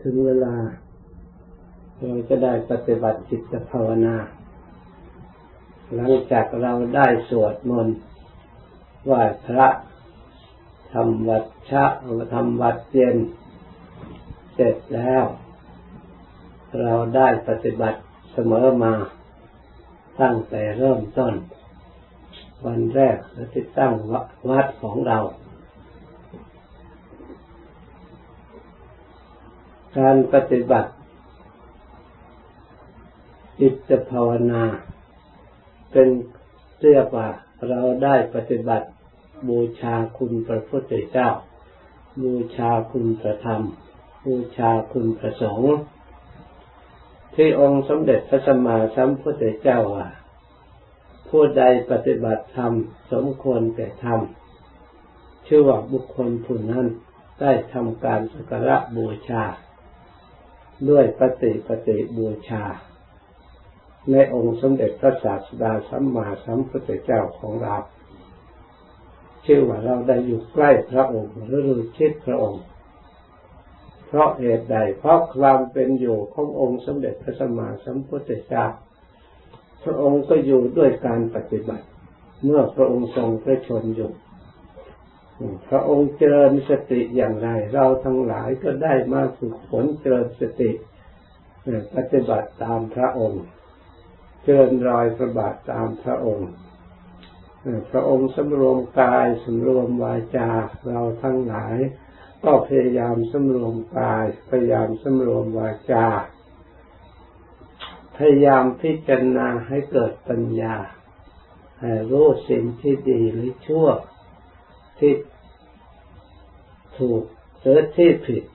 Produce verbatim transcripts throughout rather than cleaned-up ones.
ถึงเวลาเราจะได้ปฏิบัติจิตภาวนาหลังจากเราได้สวดมนต์ไหว้พระทำวัดเช้าทำวัดเย็นเสร็จแล้วเราได้ปฏิบัติเสมอมาตั้งแต่เริ่มต้นวันแรกที่ตั้งวัดของเราการปฏิบัติจิตภาวนาเป็นเรียกว่าเราได้ปฏิบัติบูชาคุณพระพุทธเจ้าบูชาคุณพระธรรมบูชาคุณพระสงฆ์ที่องค์สมเด็จพระสัมมาสัมพุทธเจ้าว่าผู้ใดปฏิบัติธรรมสมควรแก่ธรรมชื่อว่าบุคคลผู้นั้นได้ทำการสักการะบูชาด้วยปฏิปฏิบูชาในองค์สมเด็จพระศาสดาสัมมาสัมพุทธเจ้าของเราชื่อว่าเราได้อยู่ใกล้พระองค์หรือรู้ชิดพระองค์เพราะเหตุใดเพราะความเป็นอยู่ขององค์สมเด็จพระสัมมาสัมพุทธเจ้าพระองค์ก็อยู่ด้วยการปฏิบัติเมื่อพระองค์ทรงพระชนอยู่พระองค์เจริญสติอย่างไรเราทั้งหลายก็ได้มาฝึกฝนเจริญสติปฏิบัติตามพระองค์เจริญรอยพระบาทตามพระองค์พระองค์สำรวมกายสำรวมวาจาเราทั้งหลายก็พยายามสำรวมกายพยายามสำรวมวาจาพยายามพิจารณาให้เกิดปัญญาให้รู้สิ่งที่ดีหรือชั่วที่ถูกหรือที่ผิด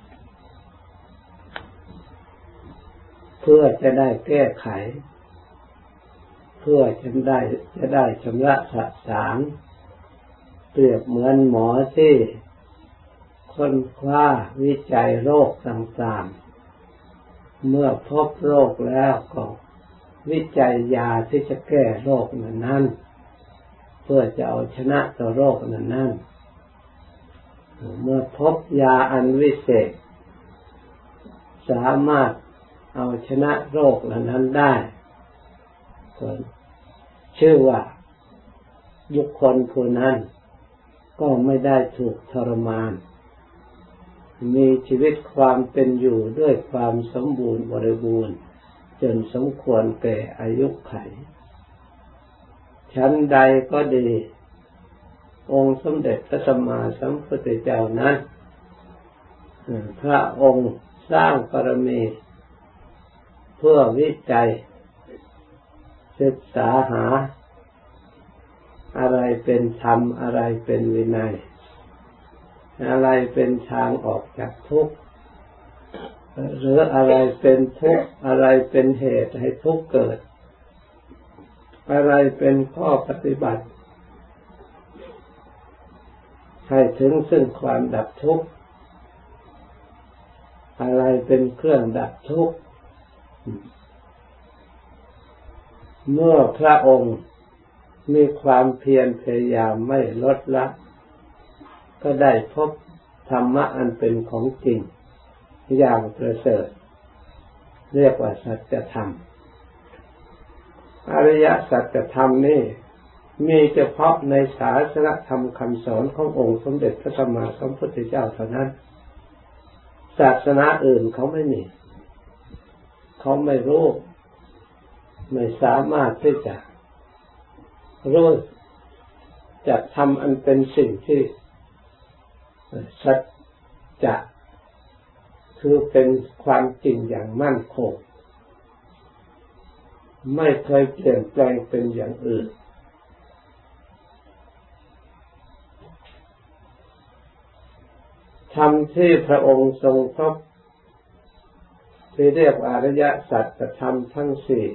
เพื่อจะได้แก้ไขเพื่อจะได้จะได้ชำระสะสางเปรียบเหมือนหมอที่ค้นคว้าวิจัยโรคต่างๆเมื่อพบโรคแล้วก็วิจัยยาที่จะแก้โรคนั้นๆเพื่อจะเอาชนะต่อโรคนั้นๆเมื่อพบยาอันวิเศษสามารถเอาชนะโรคนั้นได้ก็ชื่อว่าบุคคลผู้นั้นก็ไม่ได้ถูกทรมานมีชีวิตความเป็นอยู่ด้วยความสมบูรณ์บริบูรณ์จนสมควรแก่อายุขัยชั้นใดก็ดีองค์สมเด็จพระสัมมาสัมพุทธเจ้านั้นพระองค์สร้างบารมีเพื่อวิจัยศึกษาหาอะไรเป็นธรรมอะไรเป็นวินัยอะไรเป็นทางออกจากทุกข์หรืออะไรเป็นทุกข์อะไรเป็นเหตุให้ทุกข์เกิดอะไรเป็นข้อปฏิบัติให้ถึงซึ่งความดับทุกข์อะไรเป็นเครื่องดับทุกข์เมื่อพระองค์มีความเพียรพยายามไม่ลดละก็ได้พบธรรมะอันเป็นของจริงอย่างประเสริฐเรียกว่าสัจธรรมอริยสัจธรรมนี่มีเฉพาะในศาสนธรรมคำสอนขององค์สมเด็จพระสัมมาสัมพุทธเจ้าเท่านั้นศาสนาอื่นเขาไม่มีเขาไม่รู้ไม่สามารถที่จะรู้จักทำอันเป็นสิ่งที่สัจจะคือเป็นความจริงอย่างมั่นคงไม่เคยเปลี่ยนแปลงเป็นอย่างอื่นธรรมที่พระองค์ทรงพบที่เรียกอริยสัจธรรมทั้งสี่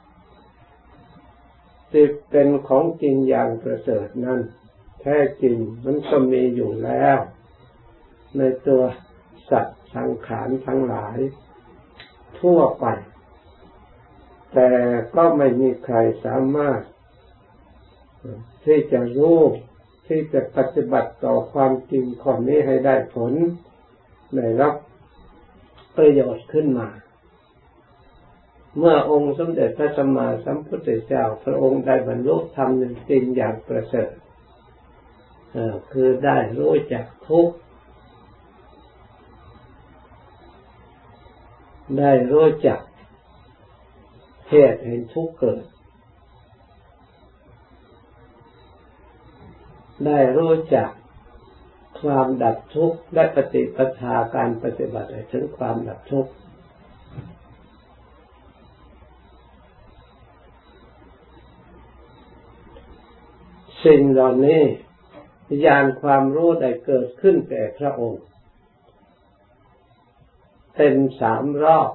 ที่เป็นของจริงอย่างประเสริฐนั้นแท้จริงมันก็มีอยู่แล้วในตัวสัตว์สังขารทั้งหลายทั่วไปแต่ก็ไม่มีใครสามารถที่จะรู้ที่จะปฏิบัติต่อความจริงข้อนี้ให้ได้ผลได้รับปประโยชน์ขึ้นมาเมื่อองค์สมเด็จพระสัมมาสัมพุทธเจ้าพระองค์ได้บรรลุธรรมในสิ่งอย่างประเสริฐคือได้รู้จักทุกข์ได้รู้จักเหตุแห่งทุกข์เกิดได้รู้จักความดับทุกข์และปฏิปทาการปฏิบัติถึงความดับทุกข์สิ่งเหล่านี้ญาณความรู้ได้เกิดขึ้นแก่พระองค์เป็นสามรอบ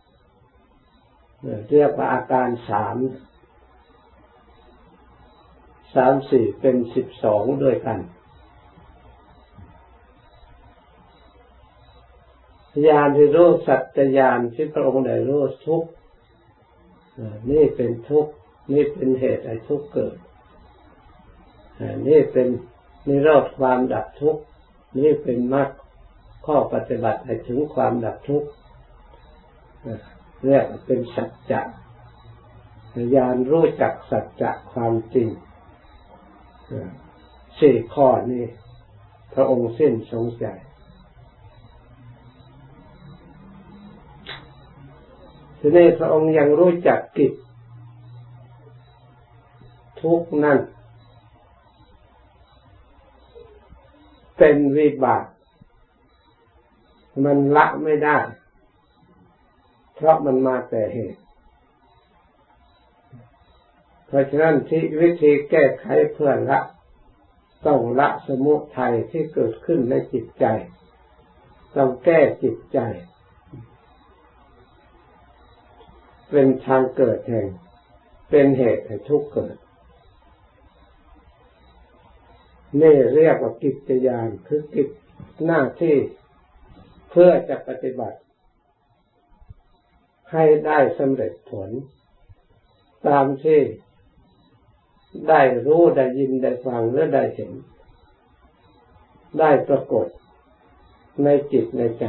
เรียกว่าอาการสามสามสี่เป็นสิบสองด้วยกันญาณที่รู้สัจจญาณที่พระองค์ได้รู้ทุกข์นี่เป็นทุกข์นี่เป็นเหตุให้ทุกข์เกิดนี่เป็นนิโรธความดับทุกข์นี่เป็นมรรคข้อปฏิบัติให้ถึงความดับทุกข์เรียกว่าเป็นสัจจะญาณรู้จักสัจจะความจริงสี่ข้อนี้พระองค์สิ้นสงสัยทีนี้พระองค์ยังรู้จักกิจทุกข์นั้นเป็นวิบากมันละไม่ได้เพราะมันมาแต่เหตุเพราะฉะนั้นที่วิธีแก้ไขเพื่อละต้องละสมุทัยที่เกิดขึ้นในจิตใจต้องแก้จิตใจเป็นทางเกิดแห่งเป็นเหตุให้ทุกข์เกิดนี่เรียกว่ากิจญาณคือกิจหน้าที่เพื่อจะปฏิบัติให้ได้สำเร็จผลตามที่ได้รู้ได้ยินได้ฟังและได้เห็นได้ปรากฏในจิตในใจ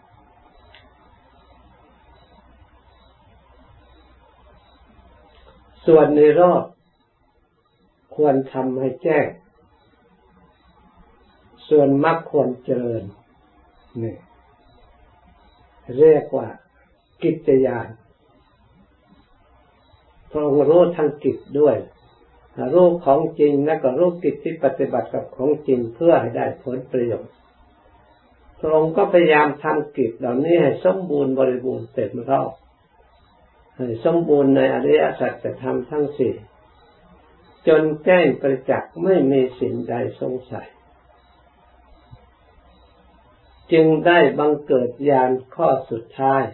ส่วนนิโรธควรทำให้แจ้งส่วนมรรคควรเจริญนี่เรียกว่ากิจญาณพระองค์รู้ทั้งกิจด้วยรู้ของจริงและก็รู้กิจที่ปฏิบัติกับของจริงเพื่อให้ได้ผลประโยชน์พระองค์ก็พยายามทำกิจเหล่านี้ให้สมบูรณ์บริบูรณ์เต็มรอบให้สมบูรณ์ในอริยสัจธรรมทั้งสี่จนแจ้งประจักษ์ไม่มีสิ่งใดสงสัยจึงได้บังเกิดญาณข้อสุดท้าย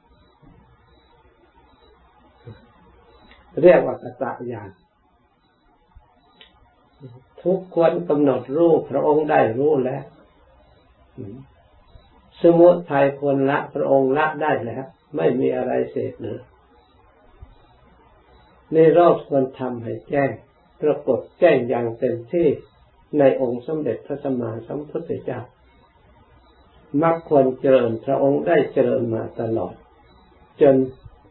เรียกว่ากตญาณทุกคนกำหนดรู้พระองค์ได้รู้แล้วสมุทัยควรละพระองค์ละได้แล้วไม่มีอะไรเศษเหลือในรอบควรทำให้แจ้งปรากฏแจ้งอย่างเต็มที่ในองค์สมเด็จพระสัมมาสัมพุทธเจ้ามรรคควรเจริญพระองค์ได้เจริญมาตลอดจน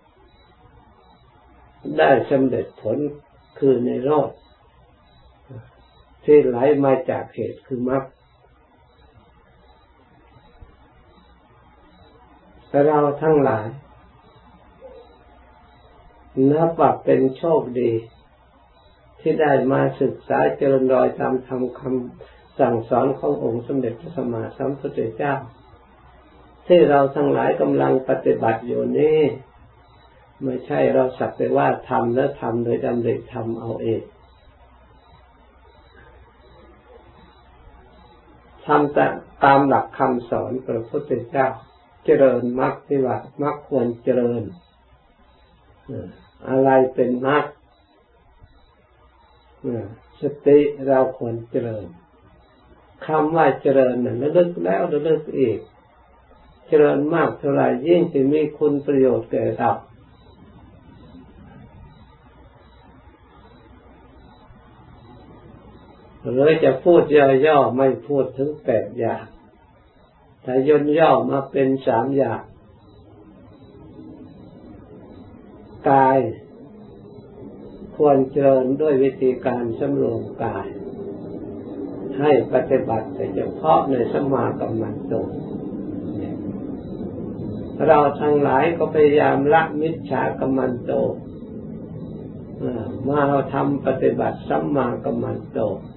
ได้สำเร็จผลคือนิโรธที่ไหลมาจากเหตุคือมรรคเราทั้งหลายนับว่าเป็นโชคดีที่ได้มาศึกษาเจริญรอยตามธรรมคำสั่งสอนขององค์สมเด็จพระสัมมาสัมพุทธเจ้าที่เราทั้งหลายกำลังปฏิบัติอยู่นี้ไม่ใช่เราสักแต่ว่าทำแล้วทำโดยดำริทำเอาเองทำแต่ตามหลักคำสอนพระพุทธเจ้าเจริญมรรคที่ว่ามรรคควรเจริญอะไรเป็นมรรคสติเราควรเจริญคำว่าเจริญนั้นระลึกแล้วระลึกอีกเจริญมากเท่าไรยิ่งจะมีคุณประโยชน์แก่เราหรือจะพูดย่อๆไม่พูดถึงแปดอย่างแต่ย่นย่อมาเป็นสามอย่างกายควรเจริญด้วยวิธีการสำรวมกายให้ปฏิบัติเฉพาะในสัมมากัมมันโตเราทั้งหลายก็พยายามละมิจฉากัมมันโตมาทำปฏิบัติสัมมากัมมันโต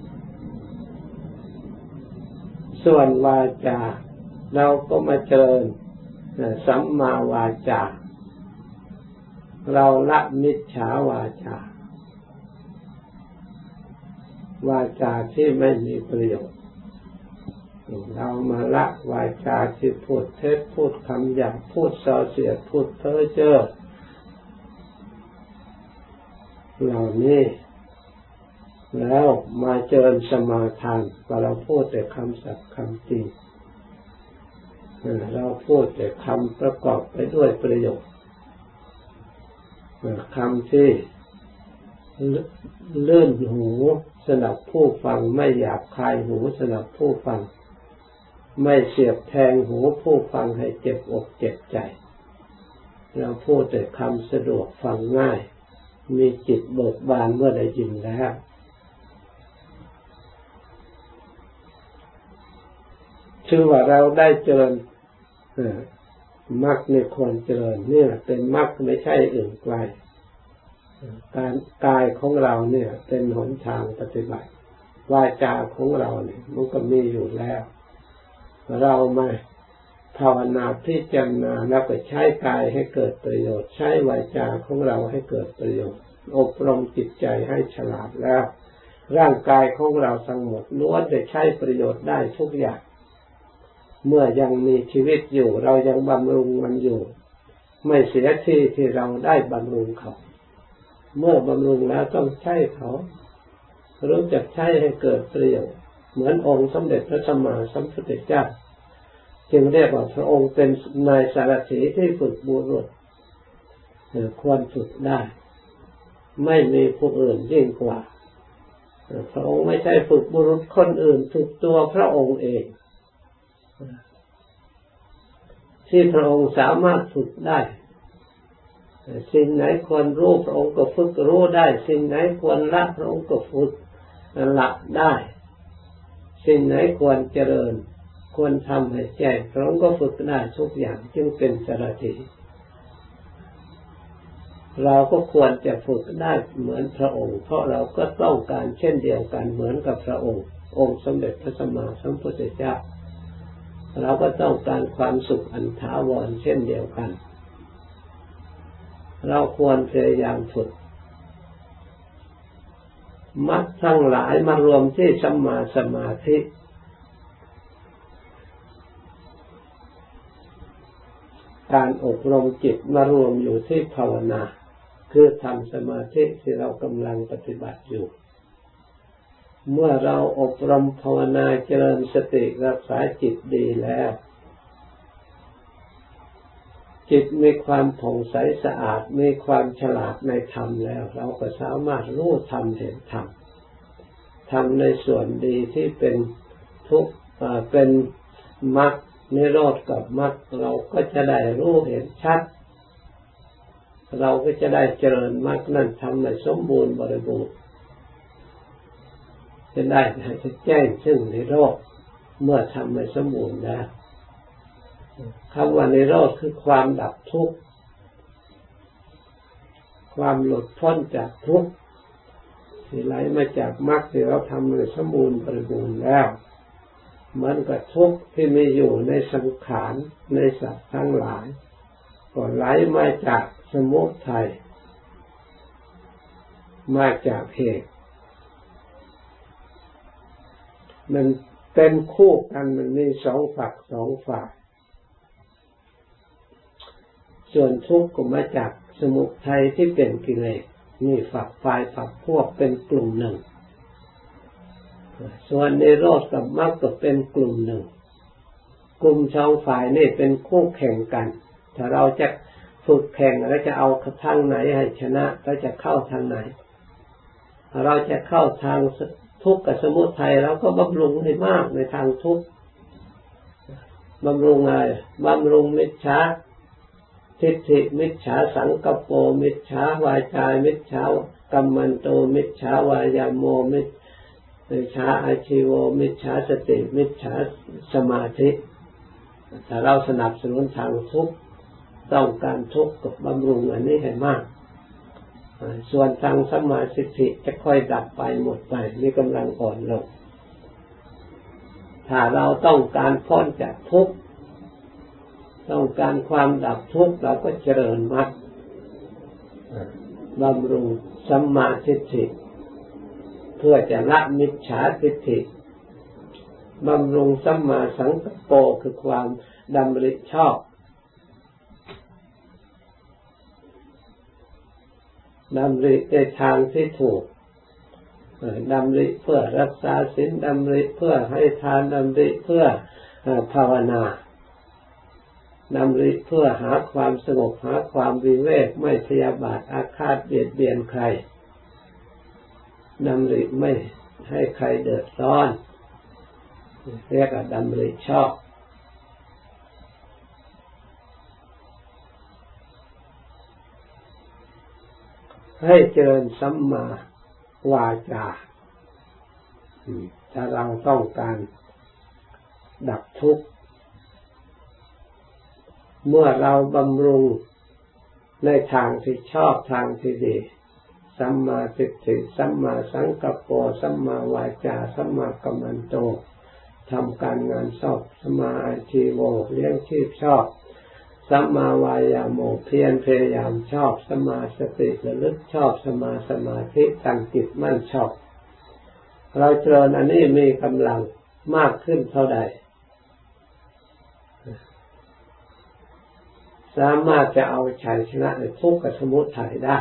ส่วนวาจาเราก็มาเจริญสัมมาวาจาเราละมิจฉาวาจาวาจาที่ไม่มีประโยชน์เรามาละวาจาที่พูดเท็จพูดคำหยาบพูดส่อเสียดพูดเพ้อเจ้อเหล่านี้แล้วมาเจริญสมาทานว่าเราพูดแต่คำสัตย์คำจริงเราพูดแต่คำประกอบไปด้วยประโยชน์คำที่เลื่อนหูสำหรับผู้ฟังไม่หยาบคายหูสำหรับผู้ฟังไม่เสียบแทงหูผู้ฟังให้เจ็บอกเจ็บใจเราพูดแต่คำสะดวกฟังง่ายมีจิตเบิกบานเมื่อได้ยินแล้วชื่อว่าเราได้เจริญมรรคในควรเจริญนี่เป็นมรรคไม่ใช่อื่นไกลการกายของเราเนี่ยเป็นหนทางปฏิบัติวาจาของเราเนี่ยมันก็มีอยู่แล้วเรามาภาวนาพิจารณาแล้วก็ใช้กายให้เกิดประโยชน์ใช้วาจาของเราให้เกิดประโยชน์อบรมจิตใจให้ฉลาดแล้วร่างกายของเราทั้งหมดล้วนจะใช้ประโยชน์ได้ทุกอย่างเมื่อยังมีชีวิตอยู่เรายังบำรุงมันอยู่ไม่เสียที่ที่เราได้บำรุงเขาเมื่อบำรุงแล้วต้องใช้เขารู้จักใช้ให้เกิดประโยชน์เหมือนองค์สมเด็จพระสัมมาสัมพุทธเจ้าจึงเรียกว่าพระองค์เป็นนายสารถีที่ฝึกบุรุษควรฝึกได้ไม่มีผู้อื่นยิ่งกว่าพระองค์ไม่ใช่ฝึกบุรุษคนอื่นฝึกตัวพระองค์เองที่พระองค์สามารถฝึกได้สิ่งไหนควรรู้พระองค์ก็ฝึกรู้ได้สิ่งไหนควรละพระองค์ก็ฝึกละได้สิ่งไหนควรเจริญควรทำให้แจ้งพระองค์ก็ฝึกได้ทุกอย่างจึงเป็นสารถีเราก็ควรจะฝึกได้เหมือนพระองค์เพราะเราก็ต้องการเช่นเดียวกันเหมือนกับพระองค์องค์สมเด็จพระสัมมาสัมพุทธเจ้าเราก็ต้องการความสุขอันถาวรเช่นเดียวกันเราควรพยายามฝึกมรรคทั้งหลายมารวมที่สัมมาสมาธิการอบรมจิตมารวมอยู่ที่ภาวนาคือทำสมาธิที่เรากำลังปฏิบัติอยู่เมื่อเราอบรมภาวนาเจริญสติรักษาจิตดีแล้วจิตมีความผ่องใสสะอาดมีความฉลาดในธรรมแล้วเราก็สามารถรู้ธรรมเห็นธรรมธรรมในส่วนดีที่เป็นทุกข์เป็นมรรคนิโรธกับมรรคเราก็จะได้รู้เห็นชัดเราก็จะได้เจริญมรรคนั้นทำให้สมบูรณ์บริบูรณ์จะได้ให้แจ้งซึ่งนิโรธเมื่อทำให้สมบูรณ์แล้วคำว่านิโรธคือความดับทุกข์ความหลุดพ้นจากทุกข์ที่ไหลมาจากมรรคที่เราทำให้สมบูรณ์บริบูรณ์แล้วมันก็ทุกข์ที่มีอยู่ในสังขารในสัตว์ทั้งหลายก็ไหลมาจากสมุทัยมาจากเหตุมันเป็นคู่กันมันมีสองฝักสองฝ่ายส่วนทุกข์ก็มาจากสมุทัยที่เป็นกิเลสนี่ฝักฝ่ายฝักพวกเป็นกลุ่มหนึ่งส่วนนิโรธกับมรรคก็เป็นกลุ่มหนึ่งกลุ่มสองฝ่ายนี่เป็นคู่แข่งกันถ้าเราจะฝึกแข่งเราจะเอาทางไหนให้ชนะเราจะเข้าทางไหนเราจะเข้าทางทุกข์กับสมุทัยเราก็บำรุงให้มากในทางทุกข์บำรุงอะไรบำรุงมิจฉาทิฏฐิมิจฉาสังกัปโปมิจฉาวาจามิจฉากัมมันโตมิจฉาวายาโมมิจฉาอาชีโวมิจฉาสติมิจฉาสมาธิถ้าเราสนับสนุนทางทุกข์ต้องการทุกข์กับบำรุงอันนี้ให้มากส่วนทางสัมมาทิฏฐิจะค่อยดับไปหมดไปมีกำลังอ่อนลงถ้าเราต้องการพ้นจากทุกข์ต้องการความดับทุกข์เราก็เจริญมรรคบำรุงสัมมาทิฏฐิเพื่อจะละมิจฉาทิฏฐิบำรุงสัมมาสังกัปโปคือความดำริชอบดำริในทางที่ถูกดำริเพื่อรักษาศีลดำริเพื่อให้ทานดำริเพื่อภาวนาดำริเพื่อหาความสงบหาความวิเวกไม่พยาบาทอาฆาตเบียดเบียนใครดำริไม่ให้ใครเดือดร้อนเรียกว่าดำริชอบให้เจริญสัมมาวาจาถ้าเราต้องการดับทุกข์เมื่อเราบำรุงในทางที่ชอบทางที่ดีสัมมาทิฏฐิสัมมาสังกัปโปสัมมาวาจาสัมมากัมมันโตทำการงานชอบสัมมาอาชีโวเลี้ยงชีพชอบสัมมาวายาโมเพียรพยายามชอบสัมมาสติระลึกชอบสัมมาสมาธิตั้งจิตมั่นชอบเราเจริญอันนี้มีกำลังมากขึ้นเท่าใดสามารถจะเอาชัยชนะในทุกข์สมุทัยได้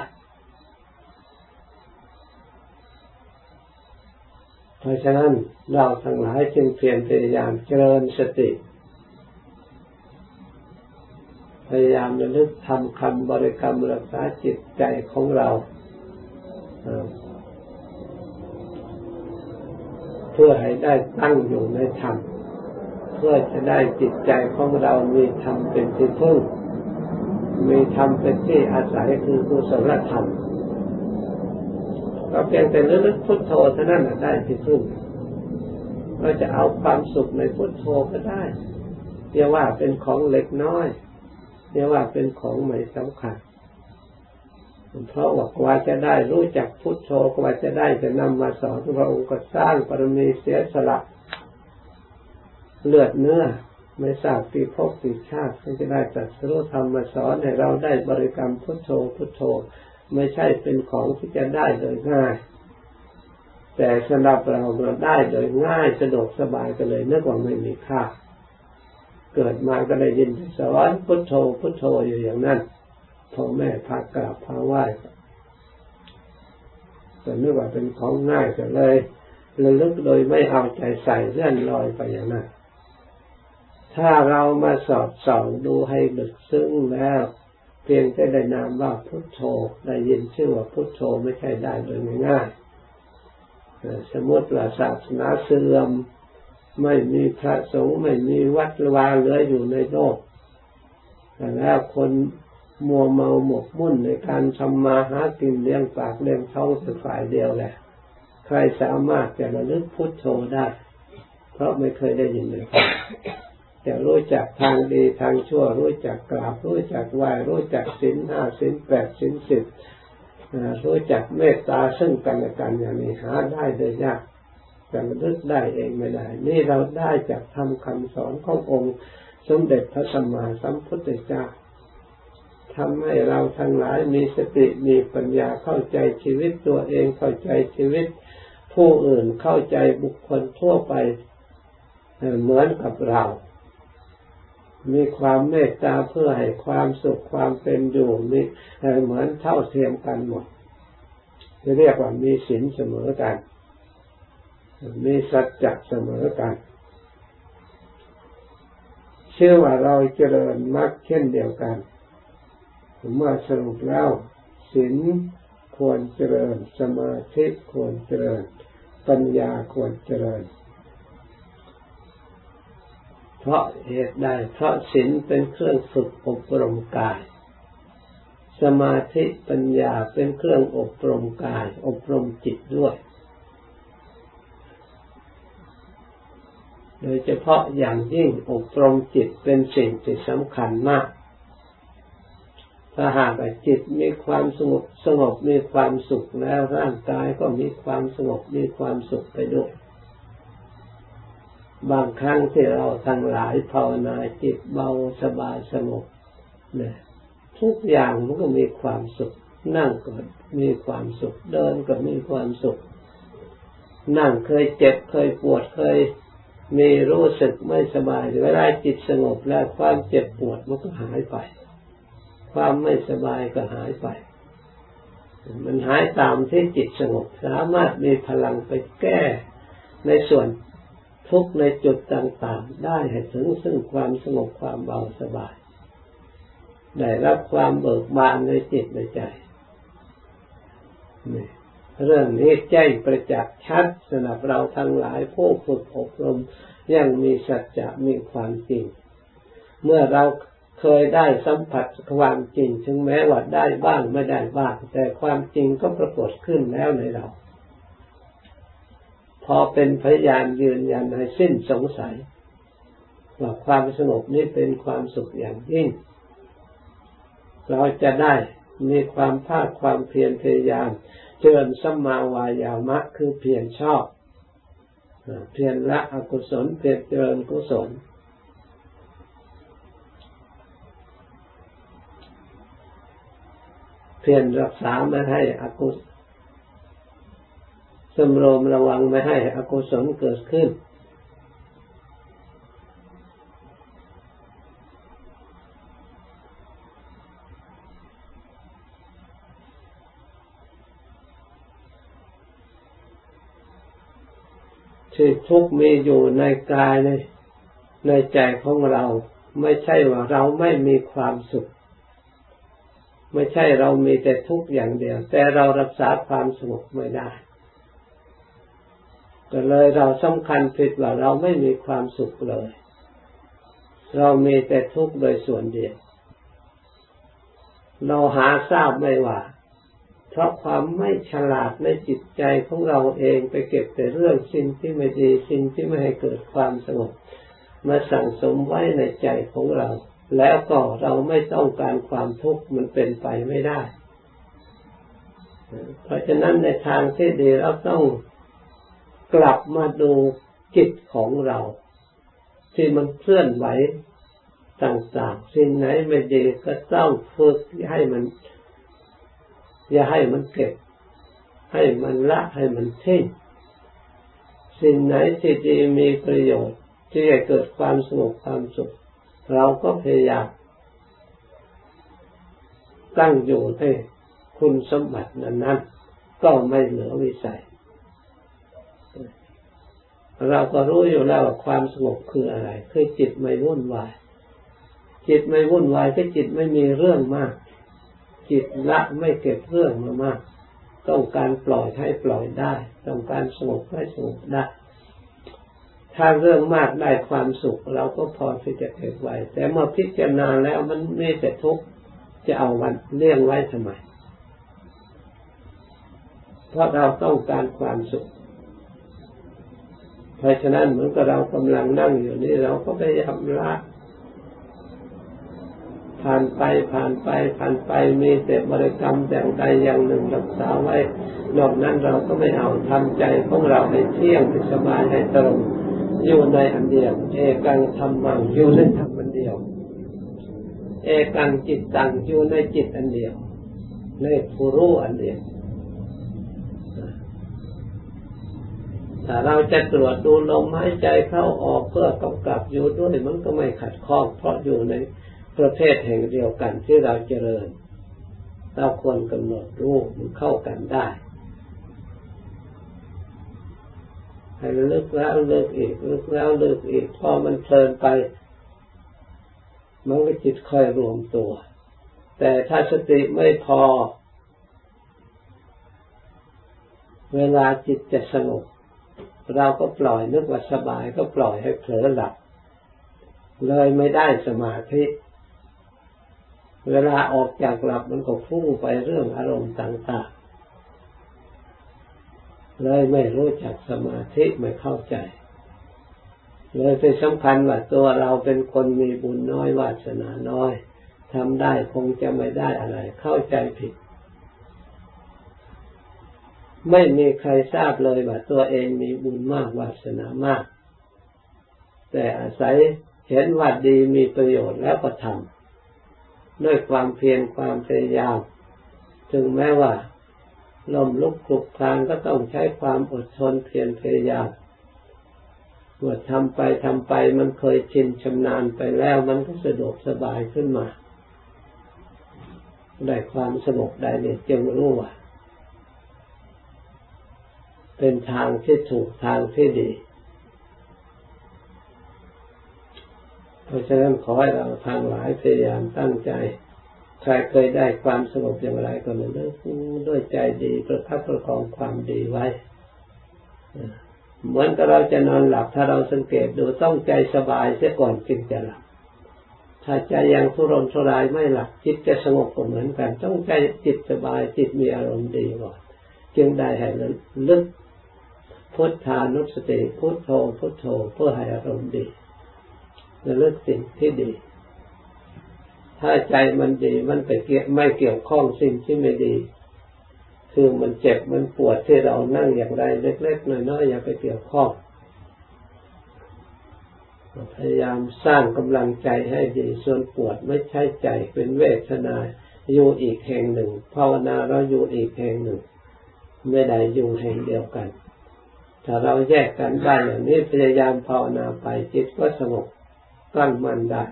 เพราะฉะนั้นเราทั้งหลายจึงเพียรพยายามเจริญสติพยายามระลึกทำคำบริกรรมรักษาจิตใจของเราเพื่อให้ได้ตั้งอยู่ในธรรมเพื่อจะได้จิตใจของเรามีธรรมเป็นที่พึ่งมีธรรมเป็นที่อาศัยคือกุศลธรรมเราเพียงแต่ระลึกพุทโธเท่านั้นได้ที่พึ่งเราจะเอาความสุขในพุทโธก็ได้เรียกว่าเป็นของเล็กน้อยเรียกว่าเป็นของไม่สำคัญเพราะว่ากว่าจะได้รู้จักพุทโธกว่าจะได้จะนำมาสอนพระองค์ก็สร้างบารมีเสียสละเลือดเนื้อไม่ทราบกี่ภพกี่ชาติที่จะได้ตรัสรู้ธรรมมาสอนให้เราได้บริกรรมพุทโธพุทโธไม่ใช่เป็นของที่จะได้โดยง่ายแต่สำหรับเราเราได้โดยง่ายสะดวกสบายก็เลยนึกว่าไม่มีค่าเกิดมาก็ได้ยินสอนพุทโธพุทโธอยู่อย่างนั้นพ่อแม่พากราบพาไหว้แต่นึกว่าเป็นของง่ายก็เลยระลึกโดยไม่เอาใจใส่เลื่อนลอยไปอย่างนั้นถ้าเรามาสอบส่องดูให้ลึกซึ้งแล้วเพียงแต่ได้นามว่าพุทโธได้ยินชื่อว่าพุทโธไม่ใช่ได้โดยง่ายๆสมมติว่าศาสนาเสื่อมไม่มีพระสงฆ์ไม่มีวัดวาเหลืออยู่ในโลกแล้วคนมัวเมาหมกมุ่นในการทำมาหากินเลี้ยงปากเลี้ยงท้องเป็นฝ่ายเดียวแหละใครสามารถจะระลึกพุทโธได้เพราะไม่เคยได้ยินเลยจะรู้จักทางดีทางชั่วรู้จักกราบรู้จักไหว้รู้จักศีลห้าศีลแปดศีลสิบรู้จักเมตตาซึ่งกันและกันอย่างนี้หาได้โดยยากแต่ระลึกได้เองไม่ได้นี่เราได้จากธรรมคำสอนขององค์สมเด็จพระสัมมาสัมพุทธเจ้าทำให้เราทั้งหลายมีสติมีปัญญาเข้าใจชีวิตตัวเองเข้าใจชีวิตผู้อื่นเข้าใจบุคคลทั่วไปเหมือนกับเรามีความเมตตาเพื่อให้ความสุขความเป็นอยู่มีเหมือนเท่าเทียมกันหมดจะเรียกว่ามีศีลเสมอกันมีสัจจะเสมอกันเชื่อว่าเราเจริญมรรคเช่นเดียวกันเมื่อสรุปแล้วศีลควรเจริญสมาธิควรเจริญปัญญาควรเจริญเพราะเหตุใดเพราะศีลเป็นเครื่องฝึกอบรมกายสมาธิปัญญาเป็นเครื่องอบรมกายอบรมจิตด้วยโดยเฉพาะอย่างยิ่งอบรมจิตเป็นสิ่งที่สำคัญมากถ้าหากจิตมีความสงบสงบมีความสุขแล้วร่างกายก็มีความสงบมีความสุขไปด้วยบางครั้งที่เราทั้งหลายภาวนาจิตเบาสบายสงบเนี่ยทุกอย่างมันก็มีความสุขนั่งก็มีความสุขเดินก็มีความสุขนั่งเคยเจ็บเคยปวดเคยมีรู้สึกไม่สบายเวลาจิตสงบแล้วความเจ็บปวดมันก็หายไปความไม่สบายก็หายไปมันหายตามที่จิตสงบสามารถมีพลังไปแก้ในส่วนทุกข์ในจุดต่างๆได้ให้ถึงซึ่งความสงบความเบาสบายได้รับความเบิกบานในจิตในใจนี่เรื่องนี้แจ้งประจักษ์ชัดสำหรับเราทั้งหลายผู้ฝึกอบรมยังมีสัจจะมีความจริงเมื่อเราเคยได้สัมผัสความจริงถึงแม้ว่าได้บ้างไม่ได้บ้างแต่ความจริงก็ปรากฏขึ้นแล้วในเราพอเป็นพยานยืนยันให้สิ้นสงสัยว่าความสงบนี้เป็นความสุขอย่างยิ่งเราจะได้มีความภาคความเพียรพยายามเจริญสัมมาวายามะคือเพียรชอบเพียรละอกุศลเพียรเจริญกุศลเพียรรักษาไม่ให้อกุศลสำรวมระวังไม่ให้อกุศลเกิดขึ้นที่ทุกข์มีอยู่ในกายในในใจของเราไม่ใช่ว่าเราไม่มีความสุขไม่ใช่เรามีแต่ทุกข์อย่างเดียวแต่เรารักษาความสงบไม่ได้ก็เลยเราสำคัญผิดว่าเราไม่มีความสุขเลยเรามีแต่ทุกข์โดยส่วนเดียวเราหาทราบไม่ว่าเพราะความไม่ฉลาดในจิตใจของเราเองไปเก็บแต่เรื่องสิ่งที่ไม่ดีสิ่งที่ไม่ให้เกิดความสงบมาสั่งสมไว้ในใจของเราแล้วก็เราไม่ต้องการความทุกข์มันเป็นไปไม่ได้เพราะฉะนั้นในทางที่ดีเราต้องกลับมาดูจิตของเราที่มันเคลื่อนไหวต่างๆสิ่งไหนไม่ดีก็ต้องฝึกให้มันอย่าให้มันเก็บให้มันละให้มันทิ้งสิ่งไหนที่ดีมีประโยชน์ที่จะเกิดความสงบความสุขเราก็พยายามตั้งอยู่ให้คุณสมบัตินั้นๆก็ไม่เหลือวิสัยเราก็รู้อยู่แล้วว่าความสงบคืออะไรคือจิตไม่วุ่นวายจิตไม่วุ่นวายคือจิตไม่มีเรื่องมากจิตละไม่เก็บเรื่องมามากต้องการปล่อยให้ปล่อยได้ต้องการสงบให้สงบได้ถ้าเรื่องมากได้ความสุขเราก็พอที่จะเก็บไว้แต่เมื่อพิจารณาแล้วมันมีแต่ทุกข์จะเอาวันเลี้ยงไว้ทำไมเพราะเราต้องการความสุขเพราะฉะนั้นเหมือนกับเรากำลังนั่งอยู่นี่เราก็พยายามละผ่านไปผ่านไปผ่านไปมีแต่บริกรรมอย่างใดอย่างหนึ่งรักษาไว้นอกนั้นเราก็ไม่เอาทำใจของเราให้เที่ยงให้สบายให้ตรงอยู่ในอันเดียวเอกังธรรมังอยู่ในธรรมอันเดียวเอกังจิตตังอยู่ในจิตอันเดียวในผู้รู้อันเดียวถ้าเราจะตรวจดูลมหายใจเข้าออกเพื่อกำกับอยู่ด้วยมันก็ไม่ขัดข้องเพราะอยู่ในประเภทแห่งเดียวกันที่เราเจริญเราควรกำหนดรู้มันเข้ากันได้ให้ลึกแล้วลึกอีกลึกแล้วลึกอีกพอมันเพลินไปมันก็จิตค่อยรวมตัวแต่ถ้าสติไม่พอเวลาจิตจะสงบเราก็ปล่อยนึกว่าสบายก็ปล่อยให้เผลอหลับเลยไม่ได้สมาธิเวลาออกจากหลับมันก็ฟุ้งไปเรื่องอารมณ์ต่างๆเลยไม่รู้จักสมาธิไม่เข้าใจเลยไปสำคัญว่าตัวเราเป็นคนมีบุญน้อยวาสนาน้อยทำได้คงจะไม่ได้อะไรเข้าใจผิดไม่มีใครทราบเลยว่าตัวเองมีบุญมากวาสนามากแต่อาศัยเห็นว่าดีมีประโยชน์แล้วก็ทำด้วยความเพียรความพยายามถึงแม้ว่าล้มลุกคลุกคลานก็ต้องใช้ความอดทนเพียรพยายามเมื่อทำไปทำไปมันเคยชินชำนาญไปแล้วมันก็สะดวกสบายขึ้นมาได้ความสงบได้เนี่ยจึงรู้ว่าเป็นทางที่ถูกทางที่ดีเพราะฉะนั้นขอให้เราทางหลายพยายามตั้งใจใครเคยได้ความสงบอย่างไรก็เลยด้วยใจดีประคับประคองความดีไว้เหมือนกับเราจะนอนหลับถ้าเราสังเกตดูต้องใจสบายเสียก่อนจึงจะหลับถ้าใจยังทุรนทุรายไม่หลับจิตจะสงบก็เหมือนกันต้องใจจิตสบายจิตมีอารมณ์ดีก่อนจึงได้ให้ลึกพุทธานุสติพุทโธพุทโธเพื่อให้อารมณ์ดีระลึกสิ่งที่ดีถ้าใจมันดีมันไปเกี่ยวไม่เกี่ยวข้องสิ่งที่ไม่ดีคือมันเจ็บมันปวดที่เรานั่งอย่างไรเล็กๆน้อยๆอย่าไปเกี่ยวข้องพยายามสร้างกำลังใจให้ดีส่วนปวดไม่ใช่ใจเป็นเวทนาอยู่อีกแห่งหนึ่งภาวนาเราอยู่อีกแห่งหนึ่งไม่ได้อยู่แห่งเดียวกันถ้าเราแยกกันได้อย่างนี้พยายามภาวนาไปจิตก็สงบตั้งมั่นได้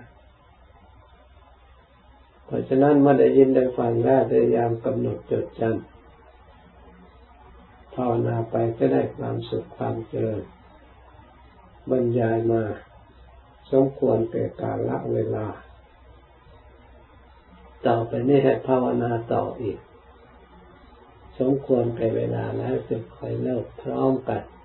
เพราะฉะนั้นเมื่อได้ยินได้ฟังแล้วพยายามกำหนดจดจำภาวนาไปก็ได้ความสุขความเจริญบรรยายมาสมควรแก่กาลเวลาต่อไปนี้ให้ภาวนาต่ออีกสมควรแก่เวลาแล้วจึงค่อยเลิกพร้อมกัน